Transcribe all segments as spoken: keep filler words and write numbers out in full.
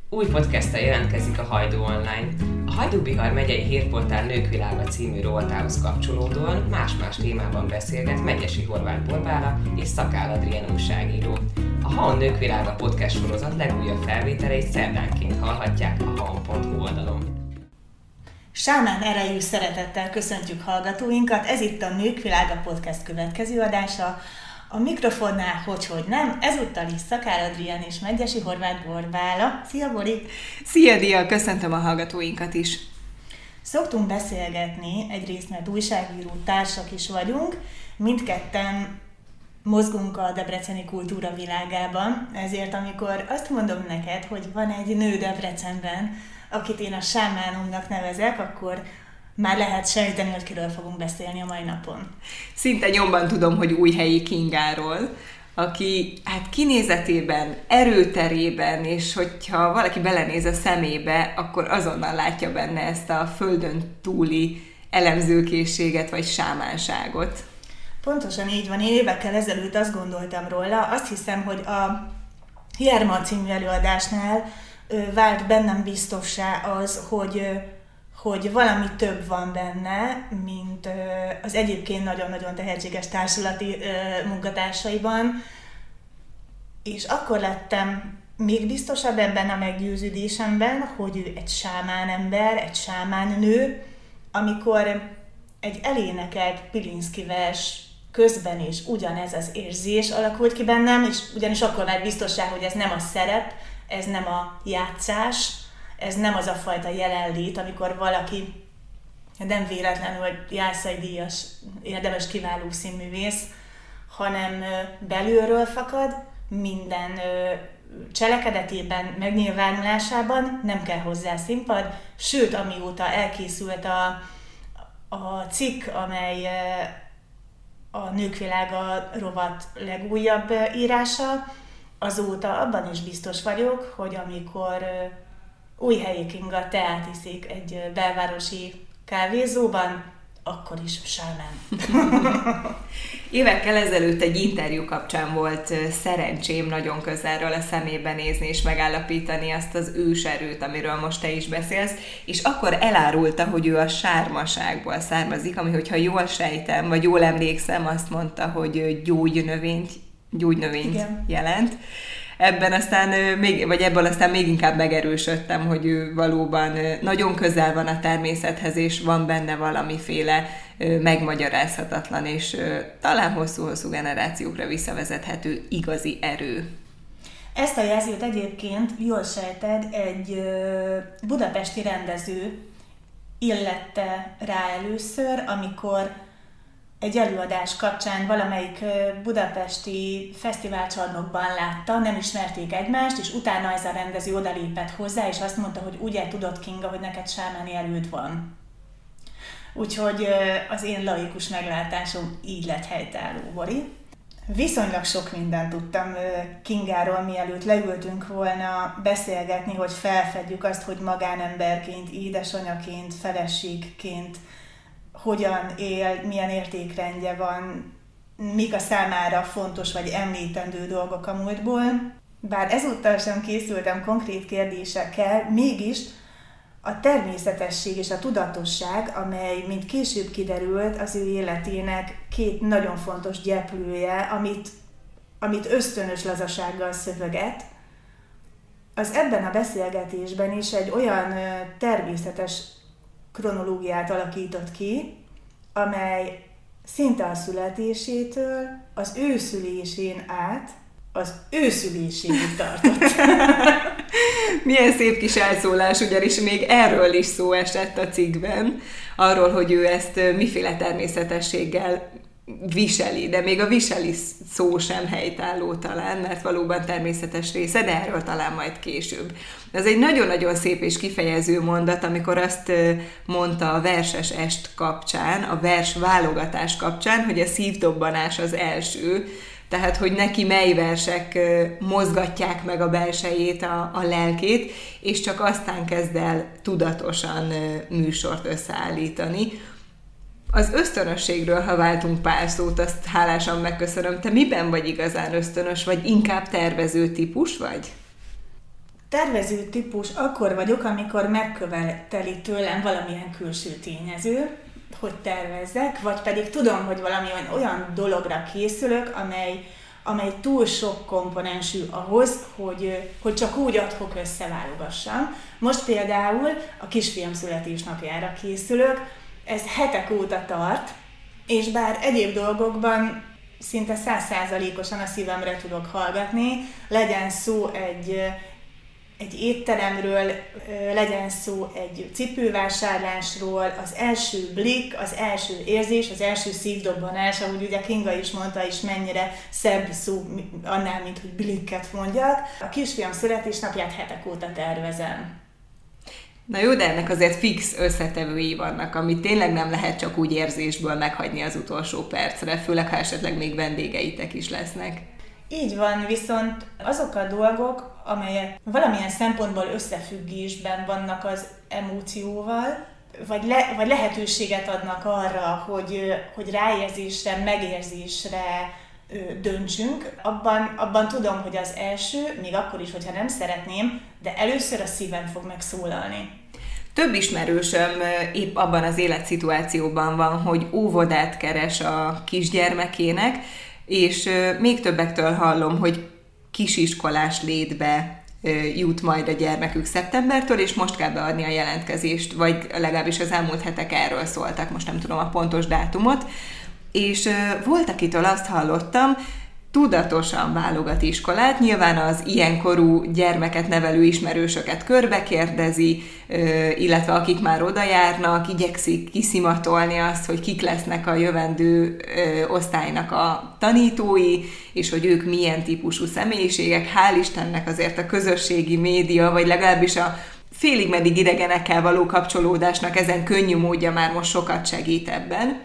Új podcasttel jelentkezik a Hajdú Online. A Hajdú-Bihar megyei hírportál Nők Világa című rovatához kapcsolódóan más-más témában beszélget Megyesi Horváth Borbála és Szakál Adrián újságíró. A há á o Nők Világa podcast sorozat legújabb felvételeit szerdánként hallhatják a há á o pont hu oldalon. Sámán erejű szeretettel köszöntjük hallgatóinkat, ez itt a Nők Világa podcast következő adása. A mikrofonnál hogyhogy nem, ezúttal is Szakál Adrián és Megyesi Horváth Borbála. Szia, Bori! Szia, Dia! Köszöntöm a hallgatóinkat is! Szoktunk beszélgetni, egyrészt mert újságíró társak is vagyunk, mindketten mozgunk a debreceni kultúra világában, ezért amikor azt mondom neked, hogy van egy nő Debrecenben, akit én a sámánomnak nevezek, akkor már lehet sejteni, hogy kiről fogunk beszélni a mai napon. Szinte nyomban tudom, hogy Újhelyi Kingáról, aki hát kinézetében, erőterében, és hogyha valaki belenéz a szemébe, akkor azonnal látja benne ezt a földön túli elemzőkészséget, vagy sámánságot. Pontosan így van. Én évekkel ezelőtt azt gondoltam róla, azt hiszem, hogy a Hierma című előadásnál ö, vált bennem biztossá az, hogy ö, hogy valami több van benne, mint az egyébként nagyon-nagyon tehetséges társulati munkatársaiban, és akkor lettem még biztosabb ebben a meggyőződésemben, hogy ő egy sámán ember, egy sámán nő, amikor egy elénekelt Pilinszky vers közben is ugyanez az érzés alakult ki bennem, és ugyanis akkor már biztossá, hogy ez nem a szerep, ez nem a játszás, ez nem az a fajta jelenlét, amikor valaki nem véletlenül, hogy Jászai díjas, érdemes kiváló színművész, hanem belülről fakad, minden cselekedetében, megnyilvánulásában, nem kell hozzá színpad, sőt, amióta elkészült a, a cikk, amely a Nők Világa rovat legújabb írása, azóta abban is biztos vagyok, hogy amikor Újhelyi Kinga teát iszik egy belvárosi kávézóban, akkor is sámán. Évekkel ezelőtt egy interjú kapcsán volt szerencsém nagyon közelről a szemébe nézni és megállapítani azt az őserőt, amiről most te is beszélsz, és akkor elárulta, hogy ő a sármaságból származik, ami, hogyha jól sejtem, vagy jól emlékszem, azt mondta, hogy gyógynövényt, gyógynövényt Igen. jelent. Ebben aztán még, vagy ebből aztán még inkább megerősödtem, hogy ő valóban nagyon közel van a természethez, és van benne valamiféle megmagyarázhatatlan, és talán hosszú-hosszú generációkra visszavezethető igazi erő. Ezt a jelzőt egyébként, jól sejted, egy budapesti rendező illette rá először, amikor egy előadás kapcsán valamelyik budapesti fesztiválcsarnokban látta, nem ismerték egymást, és utána ez a rendező odalépett hozzá, és azt mondta, hogy ugye tudod, Kinga, hogy neked sámáni erőd van. Úgyhogy az én laikus meglátásom így lett helytálló, Bori. Viszonylag sok mindent tudtam Kingáról, mielőtt leültünk volna beszélgetni, hogy felfedjük azt, hogy magánemberként, édesanyaként, feleségként, hogyan él, milyen értékrendje van, mik a számára fontos vagy említendő dolgok a múltból. Bár ezúttal sem készültem konkrét kérdésekkel, mégis a természetesség és a tudatosság, amely, mint később kiderült, az ő életének két nagyon fontos gyeplője, amit, amit ösztönös lazasággal szöveget, az ebben a beszélgetésben is egy olyan természetes kronológiát alakított ki, amely szinte a születésétől az ő szülésén át az ő szüléséig tartott. Milyen szép kis elszólás, ugyanis még erről is szó esett a cikkben, arról, hogy ő ezt miféle természetességgel viseli, de még a viseli szó sem helytálló talán, mert valóban természetes része, de erről talán majd később. Ez egy nagyon-nagyon szép és kifejező mondat, amikor azt mondta a verses est kapcsán, a vers válogatás kapcsán, hogy a szívdobbanás az első, tehát, hogy neki mely versek mozgatják meg a belsejét, a, a lelkét, és csak aztán kezd el tudatosan műsort összeállítani. Az ösztönösségről, ha váltunk pár szót, azt hálásan megköszönöm. Te miben vagy igazán ösztönös, vagy inkább tervező típus vagy? tervező típus akkor vagyok, amikor megköveteli tőlem valamilyen külső tényező, hogy tervezzek, vagy pedig tudom, hogy valami olyan dologra készülök, amely, amely túl sok komponensű ahhoz, hogy, hogy csak úgy adhok összeválogassam. Most például a kisfiam születésnapjára készülök, ez hetek óta tart, és bár egyéb dolgokban szinte száz százalékosan a szívemre tudok hallgatni, legyen szó egy, egy étteremről, legyen szó egy cipővásárlásról, az első blik, az első érzés, az első szívdobbanás, ahogy ugye Kinga is mondta, és mennyire szebb szó annál, mint hogy blikket mondjak. A kisfiam születésnapját hetek óta tervezem. Na jó, de ennek azért fix összetevői vannak, amit tényleg nem lehet csak úgy érzésből meghagyni az utolsó percre, főleg ha esetleg még vendégeitek is lesznek. Így van, viszont azok a dolgok, amelyek valamilyen szempontból összefüggésben vannak az emócióval, vagy, le, vagy lehetőséget adnak arra, hogy, hogy ráérzésre, megérzésre döntsünk, abban, abban tudom, hogy az első, még akkor is, hogyha nem szeretném, de először a szívem fog megszólalni. Több ismerősöm épp abban az életszituációban van, hogy óvodát keres a kisgyermekének, és még többektől hallom, hogy kisiskolás létbe jut majd a gyermekük szeptembertől, és most kell beadni a jelentkezést, vagy legalábbis az elmúlt hetek erről szóltak, most nem tudom a pontos dátumot, és volt, akitől azt hallottam, tudatosan válogat iskolát, nyilván az ilyenkorú gyermeket nevelő ismerősöket körbekérdezi, illetve akik már oda járnak, igyekszik kiszimatolni azt, hogy kik lesznek a jövendő osztálynak a tanítói, és hogy ők milyen típusú személyiségek. Hál' Istennek azért a közösségi média, vagy legalábbis a félig meddig idegenekkel való kapcsolódásnak ezen könnyű módja már most sokat segít ebben.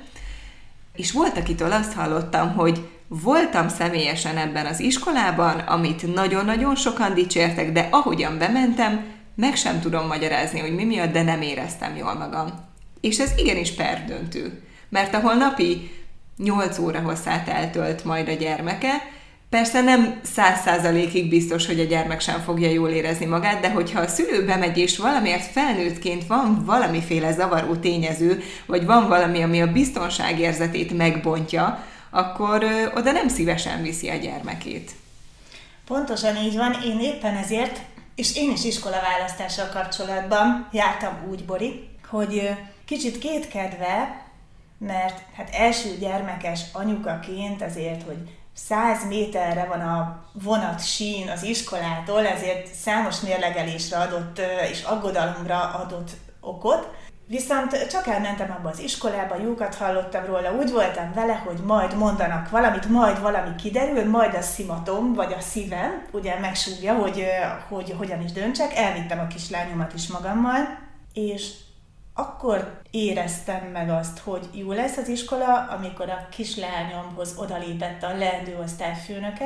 És volt, akitől azt hallottam, hogy voltam személyesen ebben az iskolában, amit nagyon-nagyon sokan dicsértek, de ahogyan bementem, meg sem tudom magyarázni, hogy mi miatt, de nem éreztem jól magam. És ez igenis perdöntő, mert ahol napi nyolc óra hosszát eltölt majd a gyermeke, persze nem száz százalékig biztos, hogy a gyermek sem fogja jól érezni magát, de hogyha a szülő bemegy és valamiért felnőttként van valamiféle zavaró tényező, vagy van valami, ami a biztonságérzetét megbontja, akkor ö, oda nem szívesen viszi a gyermekét. Pontosan így van, én éppen ezért, és én is iskolaválasztással kapcsolatban jártam úgy, Bori, hogy kicsit kétkedve, mert hát első gyermekes anyukaként azért, hogy száz méterre van a vonat sín az iskolától, ezért számos mérlegelésre adott és aggodalomra adott okot. Viszont csak elmentem abba az iskolába, jókat hallottam róla, úgy voltam vele, hogy majd mondanak valamit, majd valami kiderül, majd a szimatom, vagy a szívem, ugye megsúgja, hogy, hogy hogyan is döntsek. Elvittem a kislányomat is magammal, és akkor éreztem meg azt, hogy jó lesz az iskola, amikor a kislányomhoz odalépett a leendő osztályfőnöke,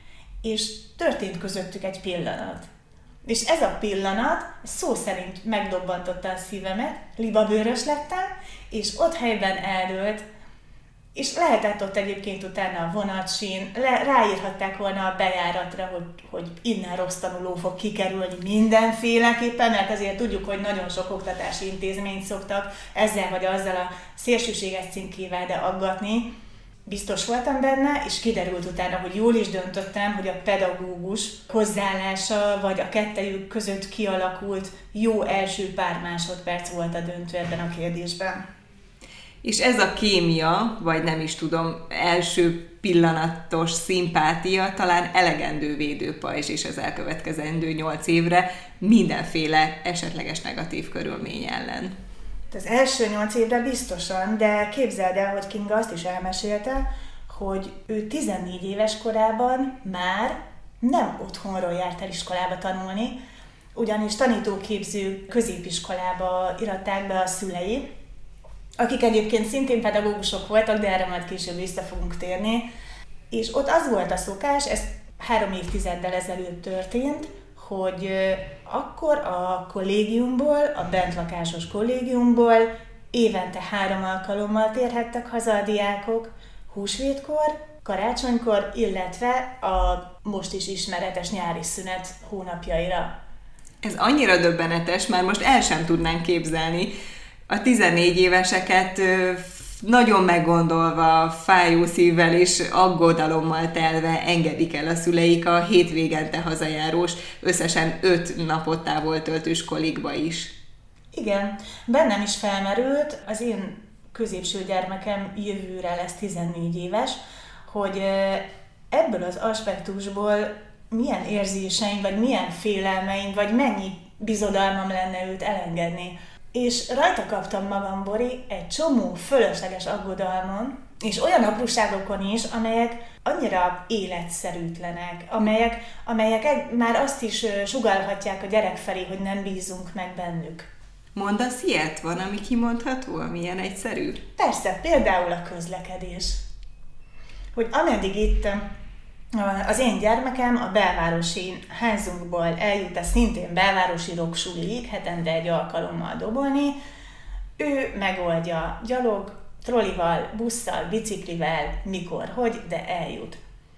és történt közöttük egy pillanat. És ez a pillanat szó szerint megdobbantotta a szívemet, libabőrös lettem, és ott helyben eldőlt, és lehetett ott egyébként utána a vonatsín, le, ráírhatták volna a bejáratra, hogy, hogy innen rossz tanuló fog kikerülni mindenféleképpen, mert azért tudjuk, hogy nagyon sok oktatási intézményt szoktak ezzel vagy azzal a szélsőséges címkével de aggatni. Biztos voltam benne, és kiderült utána, hogy jól is döntöttem, hogy a pedagógus hozzáállása, vagy a kettejük között kialakult jó első pár másodperc volt a döntő ebben a kérdésben. És ez a kémia, vagy nem is tudom, első pillanatos szimpátia talán elegendő védőpajzs is az elkövetkezendő nyolc évre mindenféle esetleges negatív körülmény ellen. Az első nyolc évre biztosan, de képzeld el, hogy Kinga azt is elmesélte, hogy ő tizennégy éves korában már nem otthonról járt el iskolába tanulni, ugyanis tanítóképző középiskolába iratták be a szülei, akik egyébként szintén pedagógusok voltak, de erre majd később vissza fogunk térni. És ott az volt a szokás, ez három évtizeddel ezelőtt történt, hogy akkor a kollégiumból, a bentlakásos kollégiumból évente három alkalommal térhettek haza a diákok, húsvétkor, karácsonykor, illetve a most is ismeretes nyári szünet hónapjaira. Ez annyira döbbenetes, már most el sem tudnánk képzelni. A tizennégy éveseket nagyon meggondolva, fájó szívvel és aggodalommal telve engedik el a szüleik a hétvégente hazajárós, összesen öt napot távol töltős kolikba is. Igen, bennem is felmerült, az én középső gyermekem jövőre lesz tizennégy éves, hogy ebből az aspektusból milyen érzéseim, vagy milyen félelmeim, vagy mennyi bizodalmam lenne őt elengedni. És rajta kaptam magam, Bori, egy csomó fölösleges aggodalmon, és olyan apróságokon is, amelyek annyira életszerűtlenek, amelyek, amelyek egy, már azt is sugallhatják a gyerek felé, hogy nem bízunk meg bennük. Mondasz ilyet? Van, ami kimondható, ami ilyen egyszerű? Persze, például a közlekedés. Hogy ameddig itt az én gyermekem a belvárosi házunkból eljut a szintén belvárosi rocksuliig, hetente egy alkalommal dobolni, ő megoldja gyalog, trollival, busszal, biciklivel, mikor, hogy, de eljut.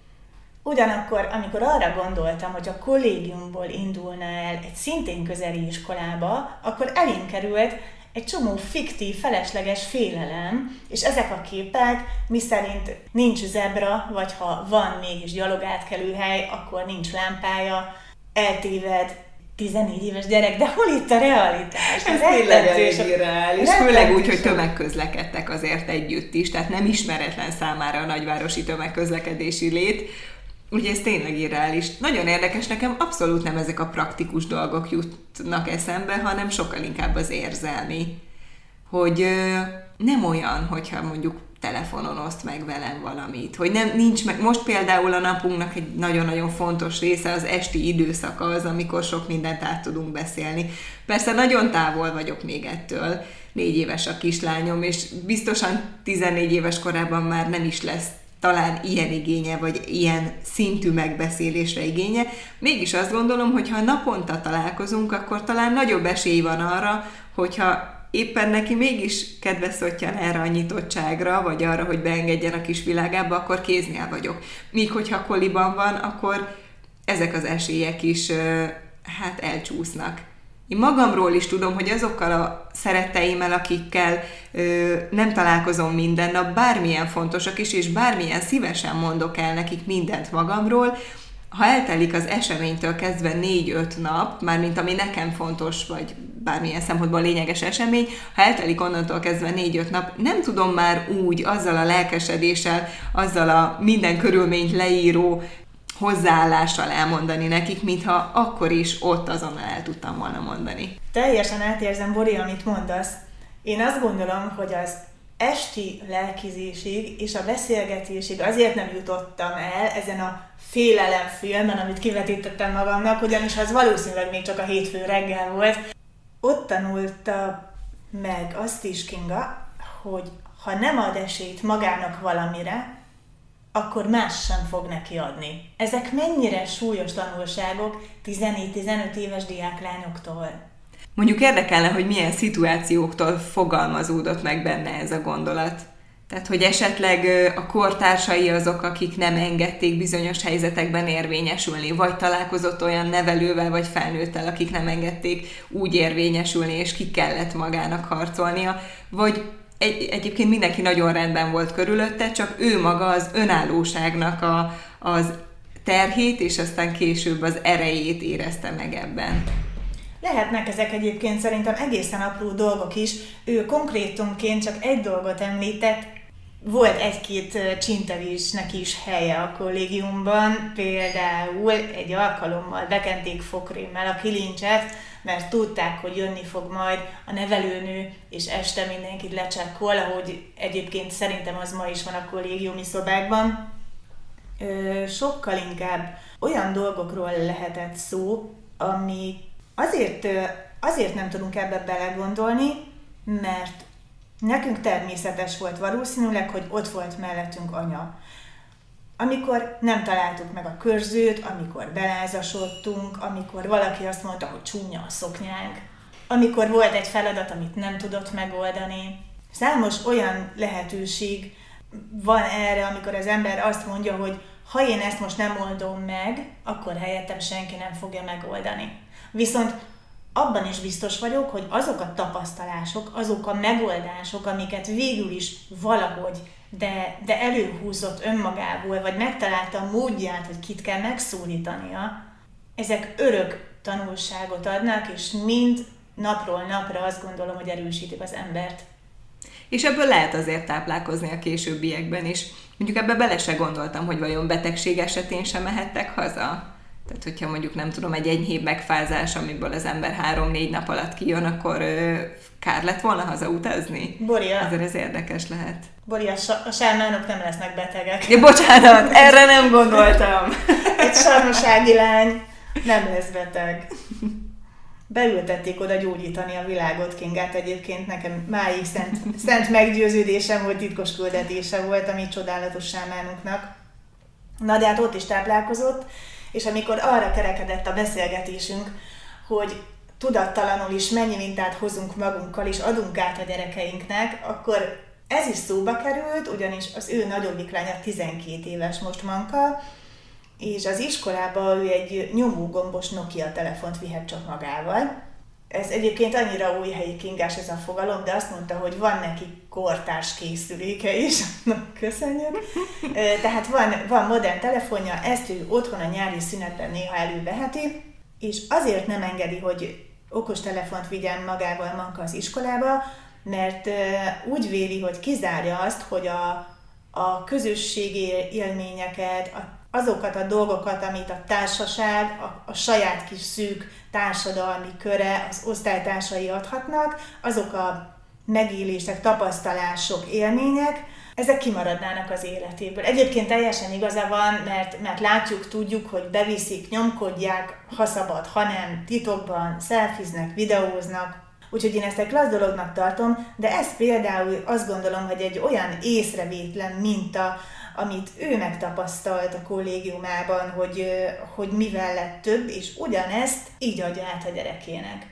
Ugyanakkor, amikor arra gondoltam, hogy a kollégiumból indulna el egy szintén közeli iskolába, akkor elém került egy csomó fiktív, felesleges félelem, és ezek a képek, miszerint nincs zebra, vagy ha van mégis gyalogátkelőhely, akkor nincs lámpája, eltéved, tizennégy éves gyerek, de hol itt a realitás? Ez tényleg elég irreális, főleg úgy, hogy tömegközlekedtek azért együtt is, tehát nem ismeretlen számára a nagyvárosi tömegközlekedési lét, ugye ez tényleg irreális. Nagyon érdekes, nekem abszolút nem ezek a praktikus dolgok jutnak eszembe, hanem sokkal inkább az érzelmi. Hogy ö, nem olyan, hogyha mondjuk telefonon oszt meg velem valamit, hogy nem, nincs meg. Most például a napunknak egy nagyon-nagyon fontos része az esti időszaka az, amikor sok mindent át tudunk beszélni. Persze nagyon távol vagyok még ettől, négy éves a kislányom, és biztosan tizennégy éves korában már nem is lesz talán ilyen igénye, vagy ilyen szintű megbeszélésre igénye. Mégis azt gondolom, hogy ha naponta találkozunk, akkor talán nagyobb esély van arra, hogyha éppen neki mégis kedve szottyan erre a nyitottságra, vagy arra, hogy beengedjen a kis világába, akkor kéznél vagyok. Míg hogyha koliban van, akkor ezek az esélyek is hát elcsúsznak. Én magamról is tudom, hogy azokkal a szeretteimmel, akikkel ö, nem találkozom minden nap, bármilyen fontosak is, és bármilyen szívesen mondok el nekik mindent magamról, ha eltelik az eseménytől kezdve négy-öt nap, mármint ami nekem fontos, vagy bármilyen szempontból lényeges esemény, ha eltelik onnantól kezdve négy-öt nap, nem tudom már úgy, azzal a lelkesedéssel, azzal a minden körülményt leíró hozzáállással elmondani nekik, mintha akkor is ott azonnal el tudtam volna mondani. Teljesen átérzem, Bori, amit mondasz. Én azt gondolom, hogy az esti lelkizésig és a beszélgetésig azért nem jutottam el ezen a félelem filmen, amit kivetítettem magamnak, ugyanis az valószínűleg még csak a hétfő reggel volt. Ott tanulta meg azt is Kinga, hogy ha nem ad esélyt magának valamire, akkor más sem fog neki adni. Ezek mennyire súlyos tanulságok tizennégy-tizenöt éves diáklányoktól. Mondjuk érdekelne, hogy milyen szituációktól fogalmazódott meg benne ez a gondolat. Tehát, hogy esetleg a kortársai azok, akik nem engedték bizonyos helyzetekben érvényesülni, vagy találkozott olyan nevelővel, vagy felnőttel, akik nem engedték úgy érvényesülni, és ki kellett magának harcolnia, vagy Egy, egyébként mindenki nagyon rendben volt körülötte, csak ő maga az önállóságnak a, az terhét, és aztán később az erejét érezte meg ebben. Lehetnek ezek egyébként szerintem egészen apró dolgok is. Ő konkrétumként csak egy dolgot említett, volt egy-két csintevésnek is helye a kollégiumban, például egy alkalommal bekenték fogkrémmel a kilincset, mert tudták, hogy jönni fog majd a nevelőnő, és este mindenkit lecsekkol, ahogy egyébként szerintem az ma is van a kollégiumi szobákban. Ö, sokkal inkább olyan dolgokról lehetett szó, ami azért, azért nem tudunk ebbe belegondolni, mert nekünk természetes volt valószínűleg, hogy ott volt mellettünk anya. Amikor nem találtuk meg a körzőt, amikor belázasodtunk, amikor valaki azt mondta, hogy csúnya a szoknyánk, amikor volt egy feladat, amit nem tudott megoldani. Számos olyan lehetőség van erre, amikor az ember azt mondja, hogy ha én ezt most nem oldom meg, akkor helyettem senki nem fogja megoldani. Viszont abban is biztos vagyok, hogy azok a tapasztalások, azok a megoldások, amiket végül is valahogy, de, de előhúzott önmagából, vagy megtalálta a módját, hogy kit kell megszólítania, ezek örök tanulságot adnak, és mind napról napra azt gondolom, hogy erősítik az embert. És ebből lehet azért táplálkozni a későbbiekben is. Mondjuk ebbe bele se gondoltam, hogy vajon betegség esetén sem mehettek haza. Tehát, hogyha mondjuk nem tudom, egy enyhébb megfázás, amiből az ember három-négy nap alatt kijön, akkor ö, kár lett volna hazautazni? Boria. Azért ez érdekes lehet. Boria, a sármánok nem lesznek betegek. Ja, bocsánat, erre nem gondoltam. Egy sarmasági lány nem lesz beteg. Beültették oda gyógyítani a világot Kingát, egyébként nekem máig szent, szent meggyőződésem volt, titkos küldetése volt a mi csodálatos sámánoknak. Na de hát ott is táplálkozott, és amikor arra kerekedett a beszélgetésünk, hogy tudattalanul is mennyi mintát hozunk magunkkal és adunk át a gyerekeinknek, akkor ez is szóba került, ugyanis az ő nagyobbik lánya tizenkét éves most Manka, és az iskolában ő egy nyomógombos Nokia telefont vihet csak magával. Ez egyébként annyira új helyi Kingás ez a fogalom, de azt mondta, hogy van neki kortárs készüléke is. Na, köszönjük. Tehát van, van modern telefonja, ezt ő otthon a nyári szünetben néha előveheti, és azért nem engedi, hogy okostelefont vigyen magával Manka az iskolába, mert úgy véli, hogy kizárja azt, hogy a, a közösségi élményeket, a azokat a dolgokat, amit a társaság, a, a saját kis szűk társadalmi köre, az osztálytársai adhatnak, azok a megélések, tapasztalások, élmények, ezek kimaradnának az életéből. Egyébként teljesen igaza van, mert, mert látjuk, tudjuk, hogy beviszik, nyomkodják, ha szabad, ha nem, titokban, szelfiznek, videóznak. Úgyhogy én ezt egy klassz dolognak tartom, de ez például azt gondolom, hogy egy olyan észrevétlen minta, amit ő megtapasztalt a kollégiumában, hogy, hogy mivel lett több, és ugyanezt így adja át a gyerekének.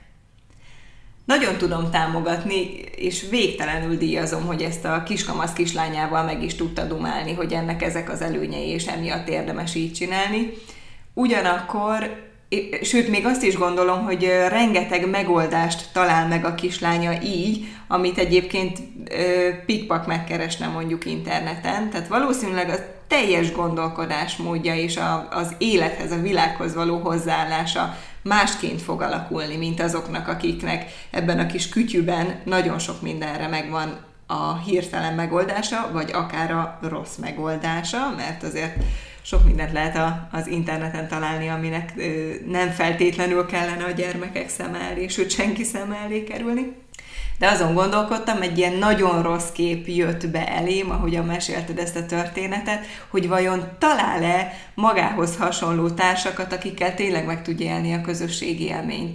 Nagyon tudom támogatni, és végtelenül díjazom, hogy ezt a kiskamasz kislányával meg is tudta dumálni, hogy ennek ezek az előnyei, és emiatt érdemes így csinálni. Ugyanakkor, sőt, még azt is gondolom, hogy rengeteg megoldást talál meg a kislánya így, amit egyébként pikpak megkeresne mondjuk interneten. Tehát valószínűleg a teljes gondolkodásmódja és a, az élethez, a világhoz való hozzáállása másként fog alakulni, mint azoknak, akiknek ebben a kis kütyűben nagyon sok mindenre megvan a hirtelen megoldása, vagy akár a rossz megoldása, mert azért sok mindent lehet a, az interneten találni, aminek ö, nem feltétlenül kellene a gyermekek szem elé, sőt senki szem elé kerülni. De azon gondolkodtam, egy ilyen nagyon rossz kép jött be elém, ahogyan mesélted ezt a történetet, hogy vajon talál-e magához hasonló társakat, akikkel tényleg meg tudja élni a közösségi élményt.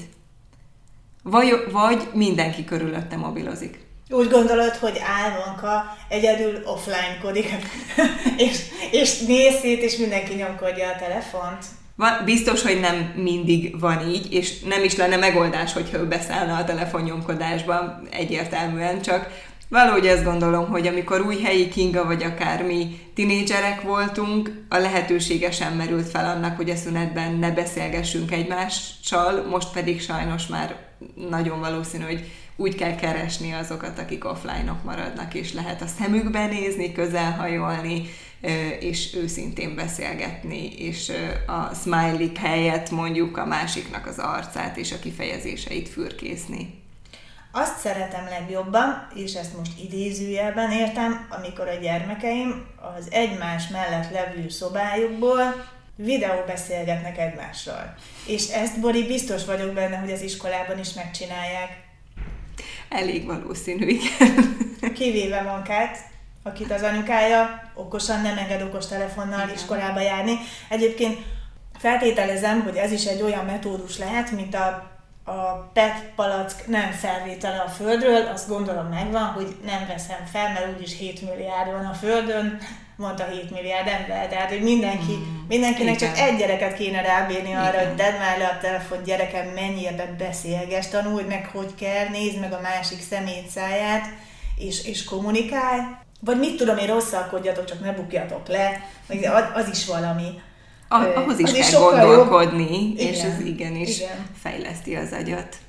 Vagy, vagy mindenki körülötte mobilozik. Úgy gondolod, hogy Álmonka egyedül offline-kodik, és, és néz szét, és mindenki nyomkodja a telefont? Van, biztos, hogy nem mindig van így, és nem is lenne megoldás, hogyha ő beszállna a telefonnyomkodásban egyértelműen, csak valahogy ezt gondolom, hogy amikor új helyi Kinga, vagy akár mi tinédzserek voltunk, a lehetősége sem merült fel annak, hogy a szünetben ne beszélgessünk egymással, most pedig sajnos már nagyon valószínű, hogy úgy kell keresni azokat, akik offline-ok maradnak, és lehet a szemükbe nézni, közelhajolni, és őszintén beszélgetni, és a smiley helyett mondjuk a másiknak az arcát és a kifejezéseit fürkészni. Azt szeretem legjobban, és ezt most idézőjelben értem, amikor a gyermekeim az egymás mellett levő szobájukból videóbeszélgetnek egymással. És ezt, Bori, biztos vagyok benne, hogy az iskolában is megcsinálják. Elég valószínű, igen. Kivéve Mankát, akit az anyukája okosan nem enged okos telefonnal iskolába járni. Egyébként feltételezem, hogy ez is egy olyan metódus lehet, mint a, a pé e té palack nem felvétele a Földről, azt gondolom megvan, hogy nem veszem fel, mert úgyis hét milliárd van a Földön, mondta hét milliárd ember, tehát hogy mindenki, hmm, mindenkinek igen. Csak egy gyereket kéne rábírni arra, igen. Hogy tedd már le a telefon, gyerekem, menj ebben beszélges, tanulj meg, hogy kell, nézd meg a másik szemétszáját, és, és kommunikálj. Vagy mit tudom én, rosszalkodjatok, csak ne bukjatok le, az, az is valami. Ah, ahhoz is az kell is gondolkodni, jobb. És igen, ez igenis igen. fejleszti az agyat.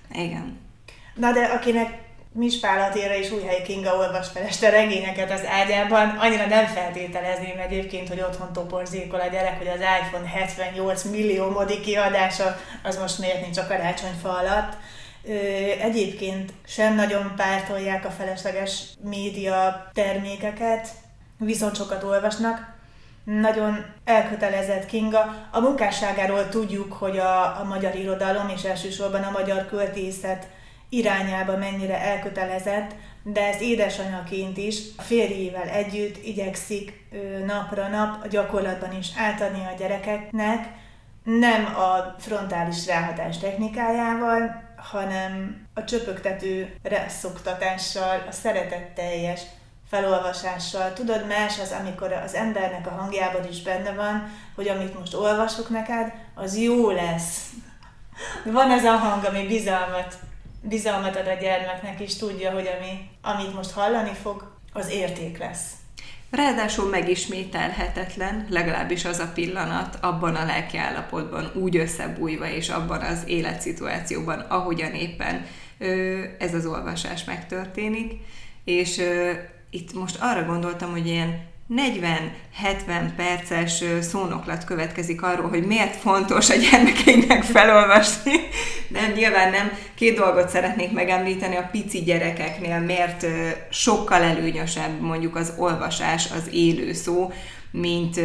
Igen. Na de akinek Mispál Attila és Újhelyi Kinga olvas fel este regényeket az ágyában, annyira nem feltételezném egyébként, hogy otthon toporzékol a gyerek, hogy az iPhone hetvennyolc millió modi kiadása az most miért nincs a karácsonyfa alatt. Egyébként sem nagyon pártolják a felesleges média termékeket, viszont sokat olvasnak. Nagyon elkötelezett Kinga. A munkásságáról tudjuk, hogy a, a magyar irodalom és elsősorban a magyar költészet irányába mennyire elkötelezett, de ezt édesanyaként is a férjével együtt igyekszik napra nap a gyakorlatban is átadni a gyerekeknek, nem a frontális ráhatás technikájával, hanem a csöpögtető szoktatással, a szeretetteljes felolvasással. Tudod, más az, amikor az embernek a hangjában is benne van, hogy amit most olvasok neked, az jó lesz. Van ez a hang, ami bizalmat, bizalmat ad a gyermeknek, és tudja, hogy ami, amit most hallani fog, az érték lesz. Ráadásul megismételhetetlen, legalábbis az a pillanat abban a lelkiállapotban úgy összebújva, és abban az életszituációban, ahogyan éppen ez az olvasás megtörténik. És itt most arra gondoltam, hogy ilyen negyven-hetven perces szónoklat következik arról, hogy miért fontos a gyermekeinknek felolvasni. Nem, nyilván nem. Két dolgot szeretnék megemlíteni a pici gyerekeknél, miért sokkal előnyösebb mondjuk az olvasás, az élő szó, mint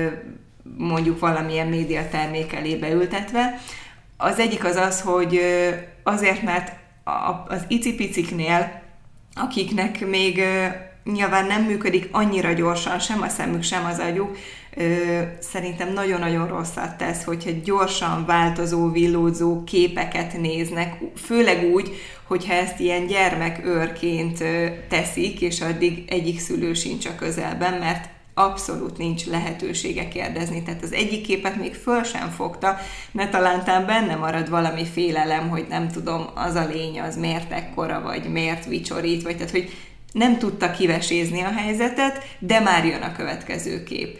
mondjuk valamilyen médiatermék elébe ültetve. Az egyik az az, hogy azért, mert az icipiciknél, akiknek még nyilván nem működik annyira gyorsan, sem a szemük, sem az agyuk, Ö, szerintem nagyon-nagyon rosszat tesz, hogyha gyorsan változó, villódzó képeket néznek, főleg úgy, hogyha ezt ilyen gyermekőrként teszik, és addig egyik szülő sincs a közelben, mert abszolút nincs lehetősége kérdezni. Tehát az egyik képet még föl sem fogta, ne talántán benne marad valami félelem, hogy nem tudom, az a lény az miért ekkora, vagy miért vicsorít, vagy tehát, hogy nem tudta kivesézni a helyzetet, de már jön a következő kép.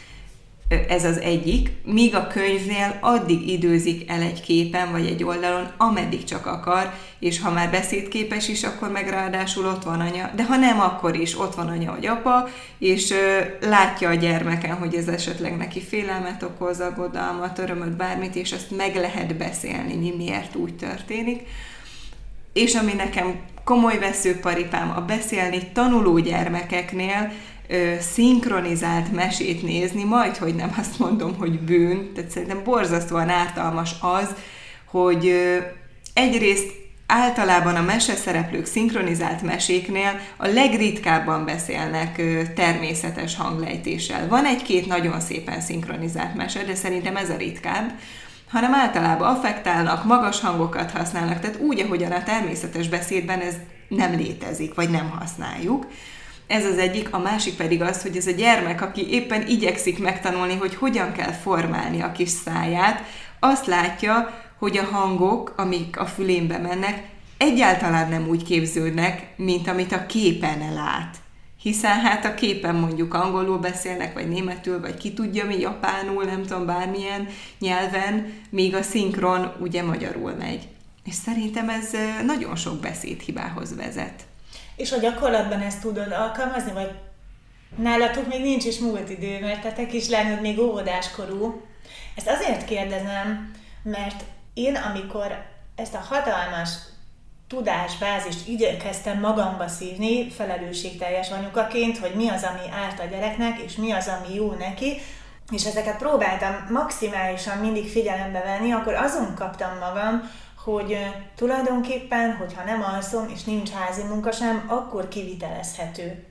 Ez az egyik, míg a könyvnél addig időzik el egy képen, vagy egy oldalon, ameddig csak akar, és ha már beszédképes is, akkor meg ráadásul ott van anya, de ha nem, akkor is ott van anya vagy apa, és ö, látja a gyermeken, hogy ez esetleg neki félelmet okoz, aggodalmat, örömöt, bármit, és ezt meg lehet beszélni, mi miért úgy történik. És ami nekem komoly veszőparipám a beszélni tanuló gyermekeknél, ö, szinkronizált mesét nézni, majd, hogy nem azt mondom, hogy bűn, tehát szerintem borzasztóan ártalmas az, hogy ö, egyrészt általában a meseszereplők szinkronizált meséknél a legritkábban beszélnek ö, természetes hanglejtéssel. Van egy-két nagyon szépen szinkronizált mese, de szerintem ez a ritkább, hanem általában affektálnak, magas hangokat használnak, tehát úgy, ahogyan a természetes beszédben ez nem létezik, vagy nem használjuk. Ez az egyik, a másik pedig az, hogy ez a gyermek, aki éppen igyekszik megtanulni, hogy hogyan kell formálni a kis száját, azt látja, hogy a hangok, amik a fülénbe mennek, egyáltalán nem úgy képződnek, mint amit a képen lát. Hiszen hát a képen mondjuk angolul beszélnek, vagy németül, vagy ki tudja mi, japánul, nem tudom, bármilyen nyelven, míg a szinkron ugye magyarul megy. És szerintem ez nagyon sok beszédhibához vezet. És a gyakorlatban ezt tudod alkalmazni, vagy nálatok még nincs is múlt idő, mert te, te kislányod még óvodáskorú. Ezt azért kérdezem, mert én amikor ezt a hatalmas tudásbázist igyekeztem magamba szívni, felelősségteljes anyukaként, hogy mi az, ami árt a gyereknek, és mi az, ami jó neki, és ezeket próbáltam maximálisan mindig figyelembe venni, akkor azon kaptam magam, hogy tulajdonképpen, hogyha nem alszom, és nincs házi munka sem, akkor kivitelezhető.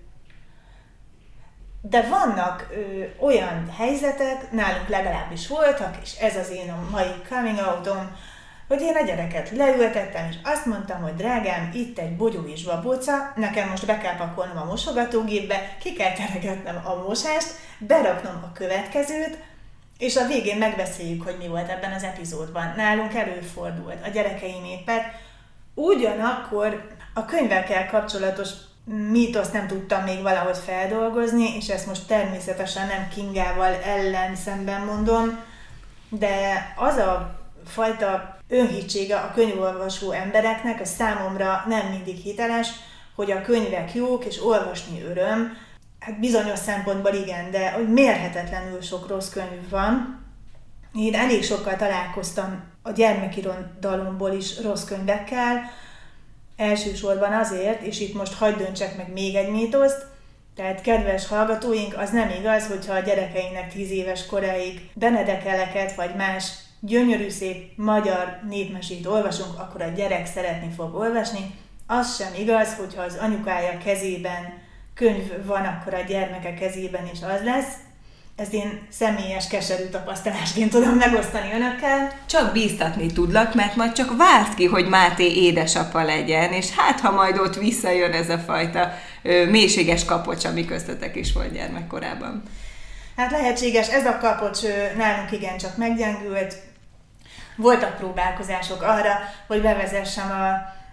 De vannak ö, olyan helyzetek, nálunk legalábbis voltak, és ez az én a mai coming outom, hogy én a gyereket leültettem, és azt mondtam, hogy drágám, itt egy bogyó és babóca, nekem most be kell pakolnom a mosogatógépbe, ki kell teregetnem a mosást, beraknom a következőt, és a végén megbeszéljük, hogy mi volt ebben az epizódban. Nálunk előfordult a gyerekeim éppen. Ugyanakkor a könyvekkel kapcsolatos mítoszt nem tudtam még valahogy feldolgozni, és ezt most természetesen nem Kingával ellen szemben mondom, de az a fajta önhitsége a könyvolvasó embereknek, a számomra nem mindig hiteles, hogy a könyvek jók és olvasni öröm. Hát bizonyos szempontból igen, de hogy mérhetetlenül sok rossz könyv van. Én elég sokkal találkoztam a gyermekirodalomból is rossz könyvekkel, elsősorban azért, és itt most hagyd döntsek meg még egy mítoszt, tehát kedves hallgatóink, az nem igaz, hogyha a gyerekeinknek tíz éves koráig Benedekeleket vagy más gyönyörű szép magyar népmesét olvasunk, akkor a gyerek szeretni fog olvasni. Az sem igaz, hogyha az anyukája kezében könyv van, akkor a gyermeke kezében is az lesz. Ezt én személyes, keserű tapasztalásként tudom megosztani önökkel. Csak bíztatni tudlak, mert majd csak várd ki, hogy Máté édesapa legyen, és hát ha majd ott visszajön ez a fajta ö, mélységes kapocs, ami köztetek is volt gyermekkorában. Hát lehetséges, ez a kapocs nálunk igencsak meggyengült. Voltak próbálkozások arra, hogy bevezessem a,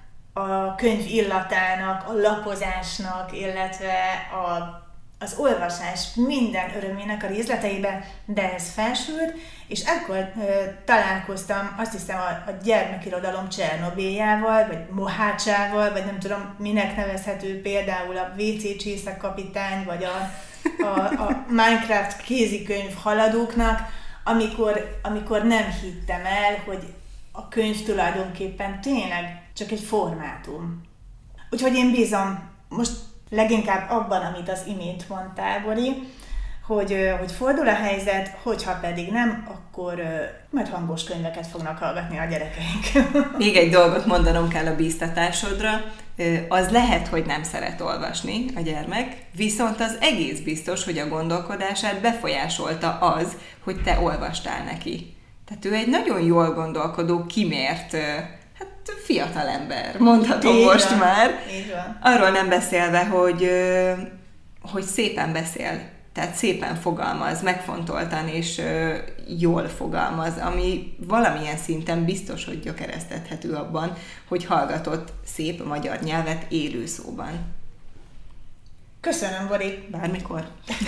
a könyv illatának, a lapozásnak, illetve a az olvasás minden örömének a részleteibe, de ez felsült, és ekkor ö, találkoztam, azt hiszem, a, a gyermekirodalom Csernobiljával, vagy Mohácsával, vagy nem tudom, minek nevezhető, például a vé cé Csészek kapitány, vagy a, a, a Minecraft kézikönyv haladóknak, amikor, amikor nem hittem el, hogy a könyv tulajdonképpen tényleg csak egy formátum. Úgyhogy én bízom, most leginkább abban, amit az imént mondtál, Bori, hogy, hogy fordul a helyzet, hogyha pedig nem, akkor majd hangos könyveket fognak hallgatni a gyerekeink. Még egy dolgot mondanom kell a bíztatásodra. Az lehet, hogy nem szeret olvasni a gyermek, viszont az egész biztos, hogy a gondolkodását befolyásolta az, hogy te olvastál neki. Tehát ő egy nagyon jól gondolkodó, kimért fiatal ember, mondhatom így most van, már. Így van. Arról nem beszélve, hogy, hogy szépen beszél, tehát szépen fogalmaz, megfontoltan és jól fogalmaz, ami valamilyen szinten biztos, hogy gyökeresztethető abban, hogy hallgatott szép magyar nyelvet élő szóban. Köszönöm, Bori. Bármikor.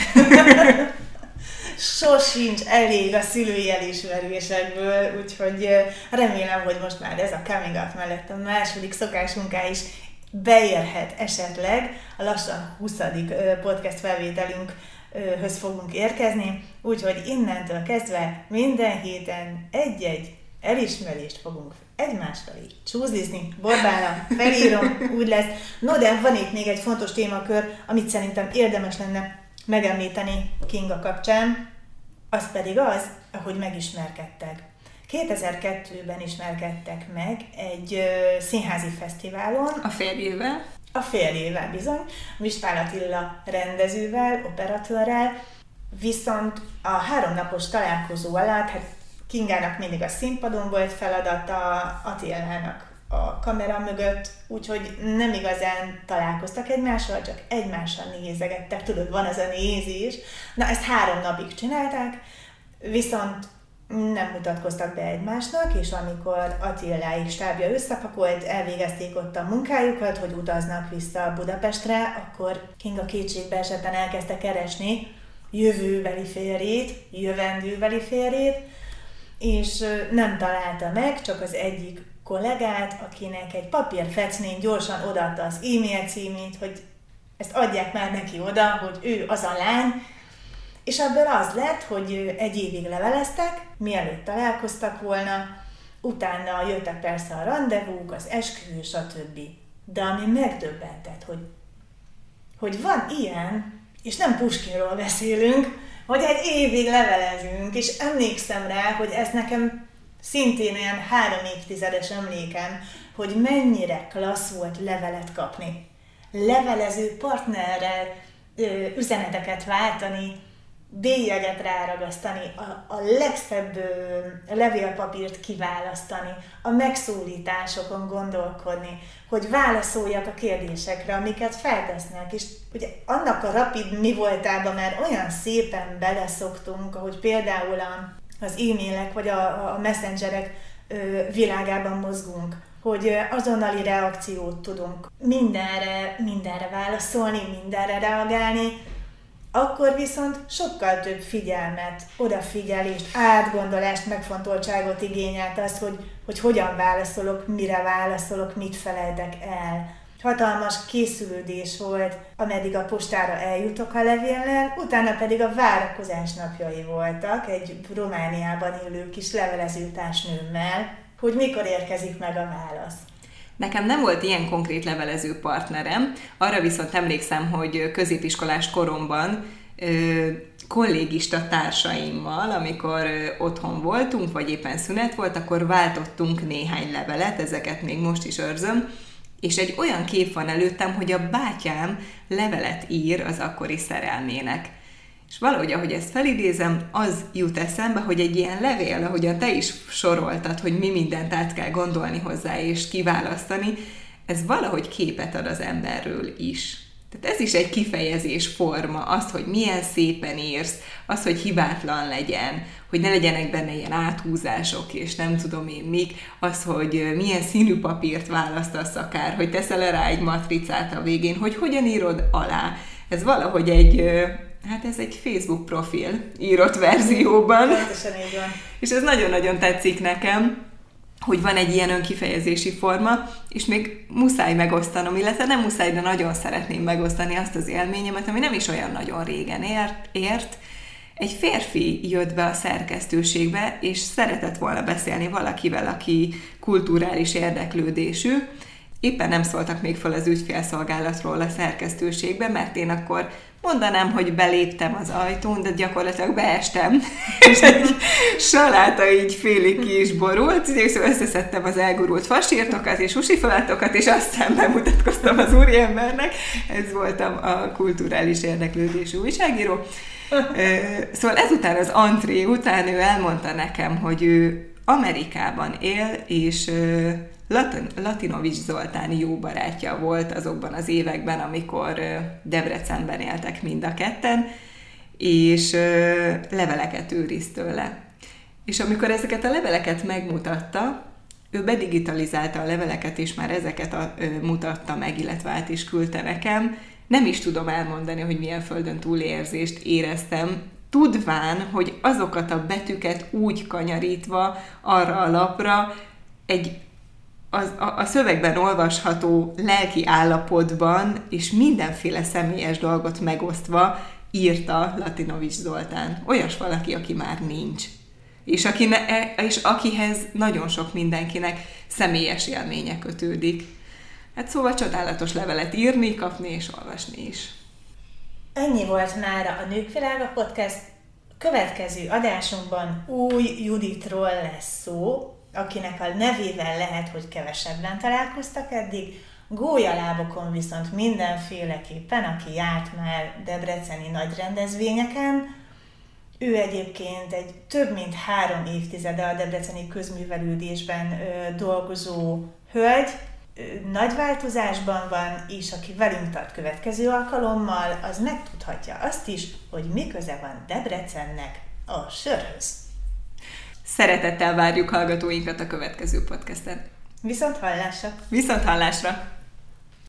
Sosincs elég a szülői elismerésekből, úgyhogy remélem, hogy most már ez a coming out mellett a második szokásunká is beérhet esetleg. A lassan huszadik podcast felvételünkhöz fogunk érkezni, úgyhogy innentől kezdve minden héten egy-egy elismerést fogunk egymásra így csúzlizni, borbálom, felírom, úgy lesz. No, de van itt még egy fontos témakör, amit szerintem érdemes lenne megemlíteni Kinga kapcsán, az pedig az, ahogy megismerkedtek. kétezer-kettőben ismerkedtek meg egy ö, színházi fesztiválon. A férjével? A férjével bizony, Vispál Attila rendezővel, operatőrrel, viszont a háromnapos találkozó alatt, hát Kingának mindig a színpadon volt feladata, Attilának a kamera mögött, úgyhogy nem igazán találkoztak egymással, csak egymással nézegettek, tudod, van az a nézés. Na, ezt három napig csinálták, viszont nem mutatkoztak be egymásnak, és amikor Attiláik stábja összepakolt, elvégezték ott a munkájukat, hogy utaznak vissza Budapestre, akkor Kinga kétségbe esetten elkezdte keresni jövőbeli férjét, jövendőbeli férjét, és nem találta meg, csak az egyik kollégát, akinek egy papírfecnén gyorsan odaadta az e-mail címét, hogy ezt adják már neki oda, hogy ő az a lány, és ebből az lett, hogy egy évig leveleztek, mielőtt találkoztak volna, utána jöttek persze a randevúk, az esküvő, stb. De ami megdöbbentett, hogy, hogy van ilyen, és nem Puskinról beszélünk, hogy egy évig levelezünk, és emlékszem rá, hogy ez nekem szintén ilyen három évtizedes emlékem, hogy mennyire klassz volt levelet kapni. Levelező partnerrel ö, üzeneteket váltani, bélyeget ráragasztani, a, a legszebb ö, levélpapírt kiválasztani, a megszólításokon gondolkodni, hogy válaszoljak a kérdésekre, amiket feltesznek, és ugye annak a rapid mi voltában már olyan szépen beleszoktunk, ahogy például a, az e-mailek vagy a, a messengerek ö, világában mozgunk, hogy azonnali reakciót tudunk mindenre, mindenre válaszolni, mindenre reagálni, Akkor viszont sokkal több figyelmet, odafigyelést, átgondolást, megfontoltságot igényelt az, hogy, hogy hogyan válaszolok, mire válaszolok, mit felejtek el. Hatalmas készülődés volt, ameddig a postára eljutok a levéllel, utána pedig a várakozás napjai voltak egy Romániában élő kis levelezőtársnőmmel, hogy mikor érkezik meg a válasz. Nekem nem volt ilyen konkrét levelező partnerem, arra viszont emlékszem, hogy középiskolás koromban ö, kollégista társaimmal, amikor ö, otthon voltunk, vagy éppen szünet volt, akkor váltottunk néhány levelet, ezeket még most is őrzöm, és egy olyan kép van előttem, hogy a bátyám levelet ír az akkori szerelmének. És valahogy, ahogy ezt felidézem, az jut eszembe, hogy egy ilyen levél, ahogyan te is soroltad, hogy mi mindent át kell gondolni hozzá és kiválasztani, ez valahogy képet ad az emberről is. Tehát ez is egy kifejezés forma, az, hogy milyen szépen írsz, az, hogy hibátlan legyen, hogy ne legyenek benne ilyen áthúzások, és nem tudom én mik, az, hogy milyen színű papírt választasz akár, hogy teszel rá egy matricát a végén, hogy hogyan írod alá. Ez valahogy egy... Hát ez egy Facebook profil írott verzióban. Pontosan így van. És ez nagyon-nagyon tetszik nekem, hogy van egy ilyen önkifejezési forma, és még muszáj megosztanom, illetve nem muszáj, de nagyon szeretném megosztani azt az élményemet, ami nem is olyan nagyon régen ért. ért. Egy férfi jött be a szerkesztőségbe, és szeretett volna beszélni valakivel, aki kulturális érdeklődésű. Éppen nem szóltak még fel az ügyfélszolgálatról a szerkesztőségbe, mert én akkor mondanám, hogy beléptem az ajtón, de gyakorlatilag beestem, és egy saláta így félig ki is borult, és összeszedtem az elgurult fasírtokat és húsifalátokat, és aztán bemutatkoztam az úriembernek. Ez voltam a kulturális érdeklődésű újságíró. Szóval ezután az antré után ő elmondta nekem, hogy ő Amerikában él, és Latin, Latinovics Zoltán jó barátja volt azokban az években, amikor Debrecenben éltek mind a ketten, és leveleket őriz tőle. És amikor ezeket a leveleket megmutatta, ő bedigitalizálta a leveleket, és már ezeket a, mutatta meg, illetve át is küldte nekem. Nem is tudom elmondani, hogy milyen földön túl érzést éreztem, tudván, hogy azokat a betűket úgy kanyarítva arra a lapra egy Az, a, a szövegben olvasható lelki állapotban és mindenféle személyes dolgot megosztva írta Latinovics Zoltán. Olyas valaki, aki már nincs. És, aki ne, és akihez nagyon sok mindenkinek személyes élménye kötődik. Hát szóval csodálatos levelet írni, kapni és olvasni is. Ennyi volt mára a Nők Világa Podcast. Következő adásunkban új Juditról lesz szó, akinek a nevével lehet, hogy kevesebben találkoztak eddig, gólyalábokon viszont mindenféleképpen, aki járt már debreceni nagy rendezvényeken. Ő egyébként egy több mint három évtizede a debreceni közművelődésben ö, dolgozó hölgy, ö, nagy változásban van, és aki velünk tart következő alkalommal, az megtudhatja azt is, hogy mi köze van Debrecennek a sörhöz. Szeretettel várjuk hallgatóinkat a következő podcasten. Viszont hallásra! Viszont hallásra!